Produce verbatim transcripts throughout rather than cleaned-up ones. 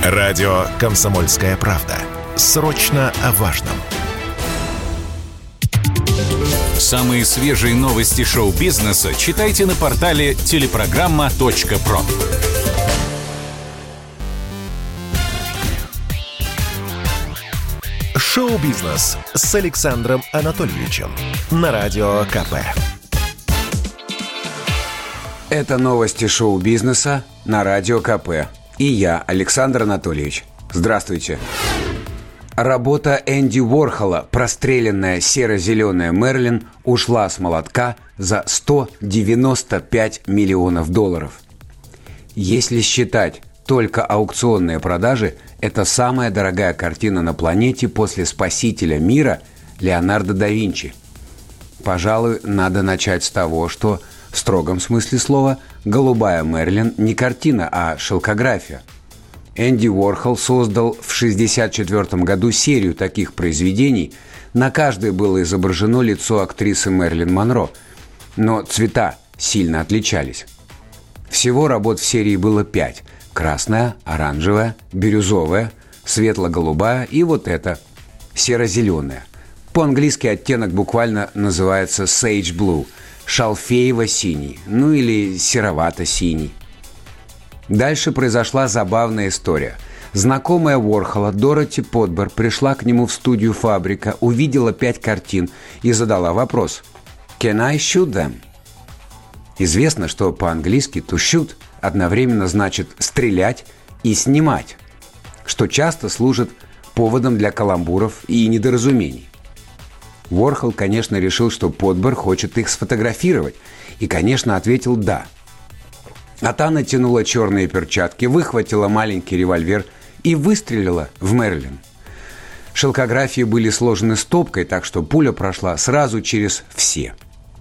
Радио «Комсомольская правда». Срочно о важном. Самые свежие новости шоу-бизнеса читайте на портале телепрограмма точка про. Шоу-бизнес с Александром Анатольевичем на Радио КП. Это новости шоу-бизнеса на Радио КП. И я, Александр Анатольевич. Здравствуйте. Работа Энди Уорхола, простреленная серо-зеленая Мэрилин, ушла с молотка за сто девяносто пять миллионов долларов. Если считать только аукционные продажи, это самая дорогая картина на планете после «Спасителя мира» Леонардо да Винчи. Пожалуй, надо начать с того, что в строгом смысле слова «Голубая Мэрилин» не картина, а шелкография. Энди Уорхол создал в шестьдесят четвёртом году серию таких произведений. На каждой было изображено лицо актрисы Мэрилин Монро, но цвета сильно отличались. Всего работ в серии было пять: красная, оранжевая, бирюзовая, светло-голубая и вот эта, серо-зеленая. По-английски оттенок буквально называется sage blue, шалфеево-синий, ну или серовато-синий. Дальше произошла забавная история. Знакомая Уорхола Дороти Подбер пришла к нему в студию «Фабрика», увидела пять картин и задала вопрос: «Can I shoot them?» Известно, что по-английски «to shoot» одновременно значит «стрелять» и «снимать», что часто служит поводом для каламбуров и недоразумений. Уорхол, конечно, решил, что Подбер хочет их сфотографировать, и, конечно, ответил «да». А та натянула черные перчатки, выхватила маленький револьвер и выстрелила в Мэрилин. Шелкографии были сложены стопкой, так что пуля прошла сразу через все.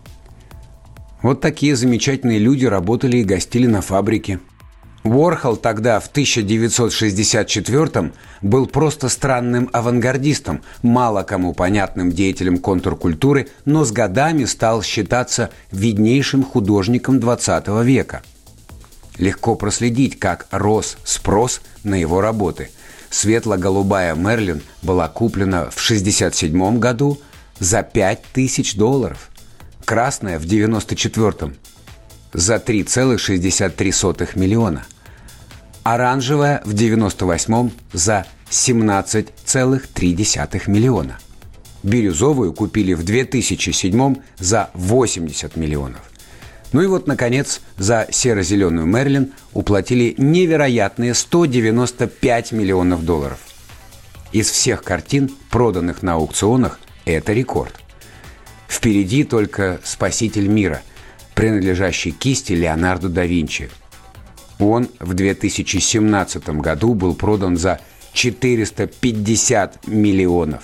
Вот такие замечательные люди работали и гостили на фабрике. Уорхол тогда, в тысяча девятьсот шестьдесят четвёртом, был просто странным авангардистом, мало кому понятным деятелем контркультуры, но с годами стал считаться виднейшим художником двадцатого века. Легко проследить, как рос спрос на его работы. Светло-голубая Мэрилин была куплена в шестьдесят седьмом году за пять тысяч долларов. Красная в девяносто четвёртом за три целых шестьдесят три сотых миллиона. Оранжевая в девяносто восьмом за семнадцать целых три десятых миллиона. Бирюзовую купили в две тысячи седьмом за восемьдесят миллионов. Ну и вот, наконец, за серо-зеленую Мэрилин уплатили невероятные сто девяносто пять миллионов долларов. Из всех картин, проданных на аукционах, это рекорд. Впереди только «Спаситель мира», принадлежащий кисти Леонардо да Винчи. Он в две тысячи семнадцатом году был продан за четыреста пятьдесят миллионов.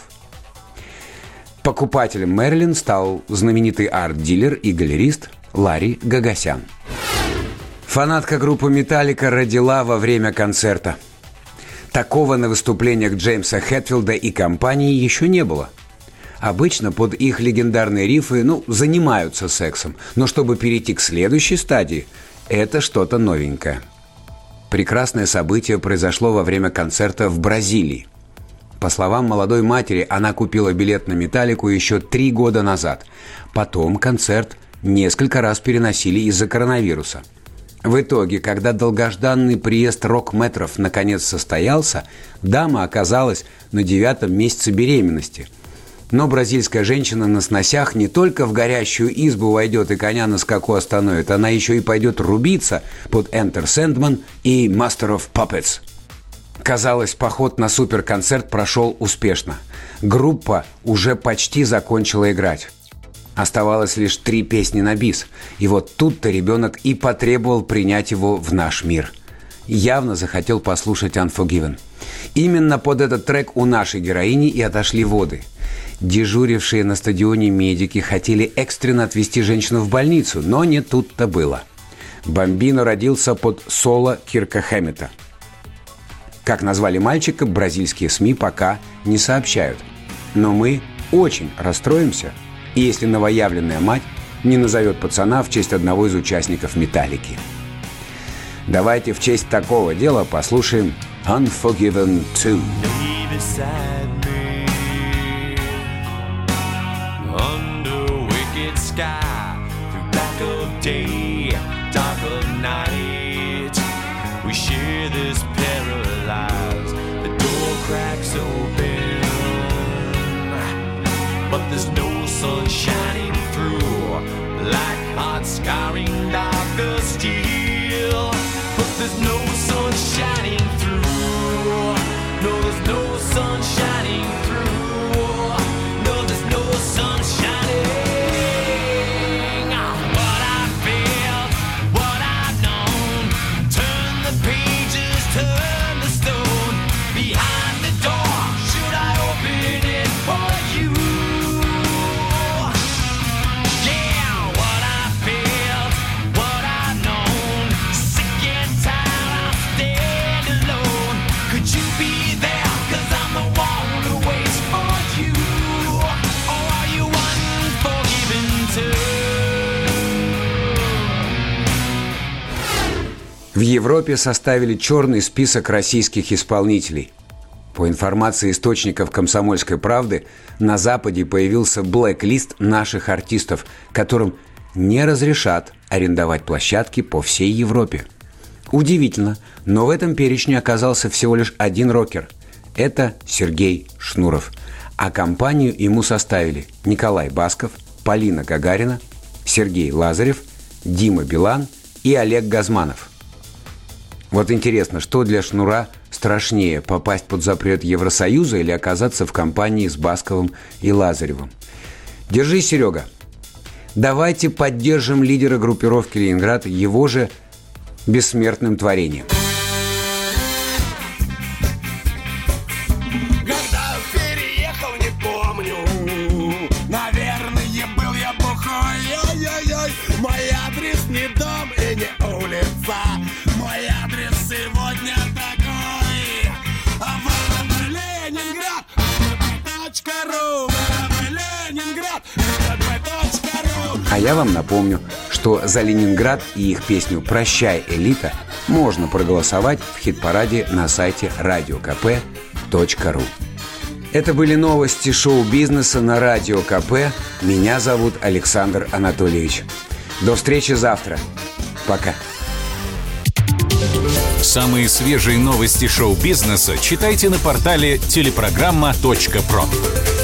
Покупателем Мэрилин стал знаменитый арт-дилер и галерист Ларри Гагасян. Фанатка группы «Металлика» родила во время концерта. Такого на выступлениях Джеймса Хэтфилда и компании еще не было. Обычно под их легендарные рифы, ну, занимаются сексом, но чтобы перейти к следующей стадии, это что-то новенькое. Прекрасное событие произошло во время концерта в Бразилии. По словам молодой матери, она купила билет на «Металлику» еще три года назад. Потом концерт несколько раз переносили из-за коронавируса. В итоге, когда долгожданный приезд рок-мэтров наконец состоялся, дама оказалась на девятом месяце беременности. Но бразильская женщина на сносях не только в горящую избу войдет и коня на скаку остановит, она еще и пойдет рубиться под Enter Sandman и Master of Puppets. Казалось, поход на суперконцерт прошел успешно. Группа уже почти закончила играть. Оставалось лишь три песни на бис. И вот тут-то ребенок и потребовал принять его в наш мир. Явно захотел послушать Unforgiven. Именно под этот трек у нашей героини и отошли воды. Дежурившие на стадионе медики хотели экстренно отвезти женщину в больницу, но не тут-то было. Бамбино родился под соло Кирка Хэммета. Как назвали мальчика, бразильские СМИ пока не сообщают. Но мы очень расстроимся, если новоявленная мать не назовет пацана в честь одного из участников «Металлики». Давайте в честь такого дела послушаем Unforgiven two. Lay beside me under wicked sky, through black of day, dark of night. We share this pair of lives. The door cracks open, but there's no sun shining through, like hot scarring dark of steel. But there's no sun shining through. No, there's no sun shining through. No, there's no sun shining. What I felt, what I've known. Turn the pages, turn the stone. Behind the door, should I open it for you? Yeah, what I felt, what I've known. Sick and tired, I'll stand alone. Could you be there? Cause I'm the one who waits for you. Or are you unforgiven too? В Европе составили черный список российских исполнителей. По информации источников «Комсомольской правды», на Западе появился блэк-лист наших артистов, которым не разрешат арендовать площадки по всей Европе. Удивительно, но в этом перечне оказался всего лишь один рокер. Это Сергей Шнуров. А компанию ему составили Николай Басков, Полина Гагарина, Сергей Лазарев, Дима Билан и Олег Газманов. Вот интересно, что для Шнура страшнее – попасть под запрет Евросоюза или оказаться в компании с Басковым и Лазаревым? Держись, Серега. Давайте поддержим лидера группировки «Ленинград» его же бессмертным творением. Когда переехал, не помню. Наверное, был я бухой. Ой-ой-ой. Мой адрес не дом и не улица. Мой адрес сегодня такой. Ленинград, точка ру. Ленинград, точка ру. А я вам напомню, что за Ленинград и их песню «Прощай, элита» можно проголосовать в хит-параде на сайте радио ка пэ точка ру. Это были новости шоу-бизнеса на Радио КП. Меня зовут Александр Анатольевич. До встречи завтра. Пока. Самые свежие новости шоу-бизнеса читайте на портале телепрограмма точка про.